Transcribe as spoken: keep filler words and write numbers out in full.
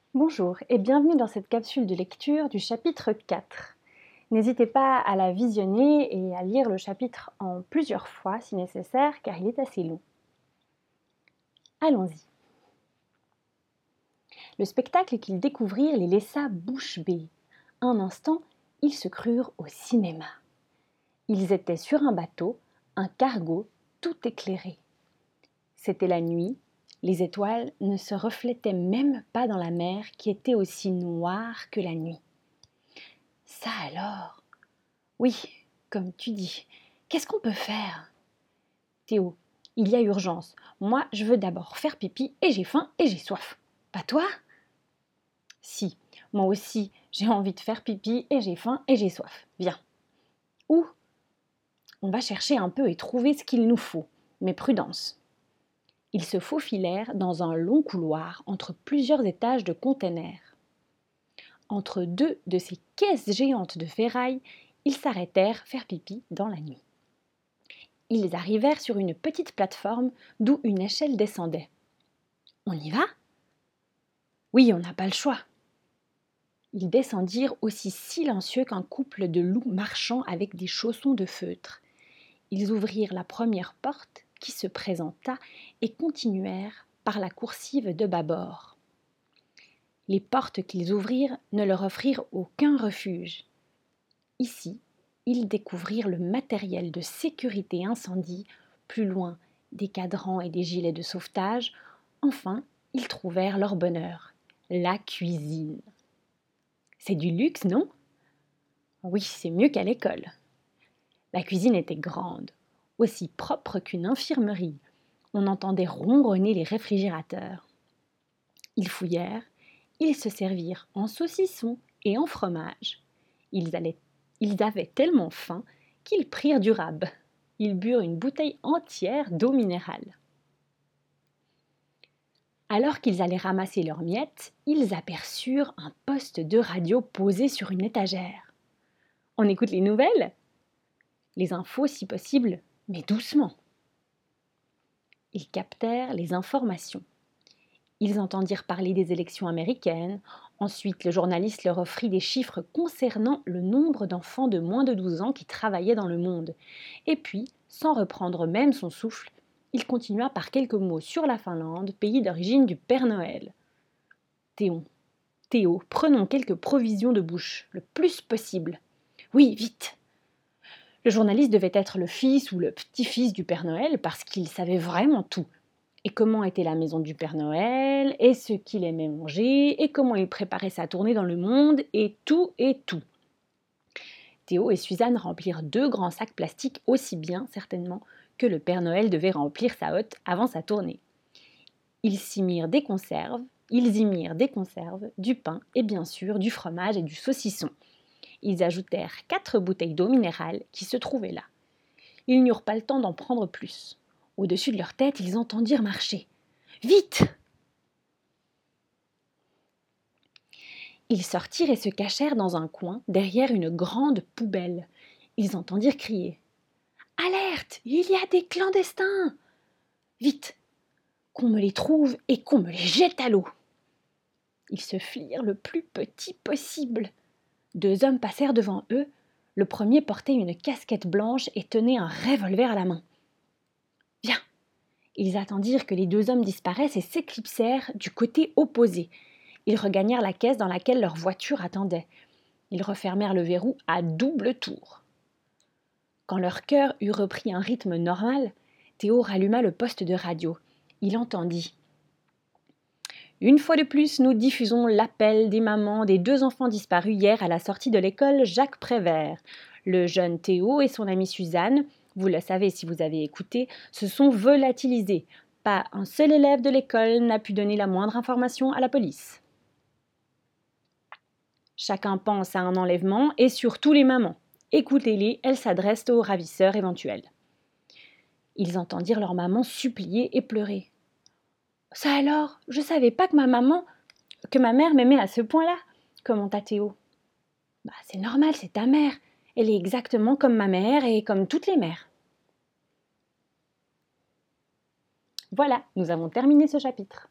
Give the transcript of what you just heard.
Bonjour et bienvenue dans cette capsule de lecture du chapitre quatre. N'hésitez pas à la visionner et à lire le chapitre en plusieurs fois si nécessaire car il est assez long. Allons-y. Le spectacle qu'ils découvrirent les laissa bouche bée. Un instant, ils se crurent au cinéma. Ils étaient sur un bateau, un cargo tout éclairé. C'était la nuit. Les étoiles ne se reflétaient même pas dans la mer qui était aussi noire que la nuit. Ça alors? Oui, comme tu dis. Qu'est-ce qu'on peut faire? Théo, il y a urgence. Moi, je veux d'abord faire pipi et j'ai faim et j'ai soif. Pas toi? Si, moi aussi, j'ai envie de faire pipi et j'ai faim et j'ai soif. Viens. Où? On va chercher un peu et trouver ce qu'il nous faut. Mais prudence. Ils se faufilèrent dans un long couloir entre plusieurs étages de containers. Entre deux de ces caisses géantes de ferraille, ils s'arrêtèrent faire pipi dans la nuit. Ils arrivèrent sur une petite plateforme d'où une échelle descendait. On y va? Oui, on n'a pas le choix. Ils descendirent aussi silencieux qu'un couple de loups marchant avec des chaussons de feutre. Ils ouvrirent la première porte qui se présenta et continuèrent par la coursive de bâbord. Les portes qu'ils ouvrirent ne leur offrirent aucun refuge. Ici, ils découvrirent le matériel de sécurité incendie, plus loin des cadrans et des gilets de sauvetage. Enfin, ils trouvèrent leur bonheur, la cuisine. C'est du luxe, non? Oui, c'est mieux qu'à l'école. La cuisine était grande, aussi propre qu'une infirmerie. On entendait ronronner les réfrigérateurs. Ils fouillèrent, ils se servirent en saucisson et en fromage. Ils, allaient, ils avaient tellement faim qu'ils prirent du rab. Ils burent une bouteille entière d'eau minérale. Alors qu'ils allaient ramasser leurs miettes, ils aperçurent un poste de radio posé sur une étagère. On écoute les nouvelles? Les infos si possible, mais doucement. Ils captèrent les informations. Ils entendirent parler des élections américaines. Ensuite, le journaliste leur offrit des chiffres concernant le nombre d'enfants de moins de douze ans qui travaillaient dans le monde. Et puis, sans reprendre même son souffle, il continua par quelques mots sur la Finlande, pays d'origine du Père Noël. Théo, Théo, prenons quelques provisions de bouche, le plus possible. Oui, vite. Le journaliste devait être le fils ou le petit-fils du Père Noël parce qu'il savait vraiment tout. Et comment était la maison du Père Noël, et ce qu'il aimait manger, et comment il préparait sa tournée dans le monde, et tout, et tout. Théo et Suzanne remplirent deux grands sacs plastiques aussi bien, certainement, que le Père Noël devait remplir sa hotte avant sa tournée. Ils s'y mirent des conserves, ils y mirent des conserves, du pain, et bien sûr du fromage et du saucisson. Ils ajoutèrent quatre bouteilles d'eau minérale qui se trouvaient là. Ils n'eurent pas le temps d'en prendre plus. Au-dessus de leur tête, ils entendirent marcher. « Vite !» Ils sortirent et se cachèrent dans un coin, derrière une grande poubelle. Ils entendirent crier. « Alerte! Il y a des clandestins ! Vite! Qu'on me les trouve et qu'on me les jette à l'eau !» Ils se firent le plus petit possible. Deux hommes passèrent devant eux. Le premier portait une casquette blanche et tenait un revolver à la main. « Viens !» Ils attendirent que les deux hommes disparaissent et s'éclipsèrent du côté opposé. Ils regagnèrent la caisse dans laquelle leur voiture attendait. Ils refermèrent le verrou à double tour. Quand leur cœur eut repris un rythme normal, Théo ralluma le poste de radio. Il entendit. « Une fois de plus, nous diffusons l'appel des mamans des deux enfants disparus hier à la sortie de l'école Jacques Prévert. Le jeune Théo et son amie Suzanne, vous le savez si vous avez écouté, se sont volatilisés. Pas un seul élève de l'école n'a pu donner la moindre information à la police. Chacun pense à un enlèvement et surtout les mamans. Écoutez-les, elles s'adressent aux ravisseurs éventuels. » Ils entendirent leur maman supplier et pleurer. « Ça alors, je savais pas que ma maman, que ma mère m'aimait à ce point-là, » commenta Théo. « Bah, c'est normal, c'est ta mère. Elle est exactement comme ma mère et comme toutes les mères. » Voilà, nous avons terminé ce chapitre.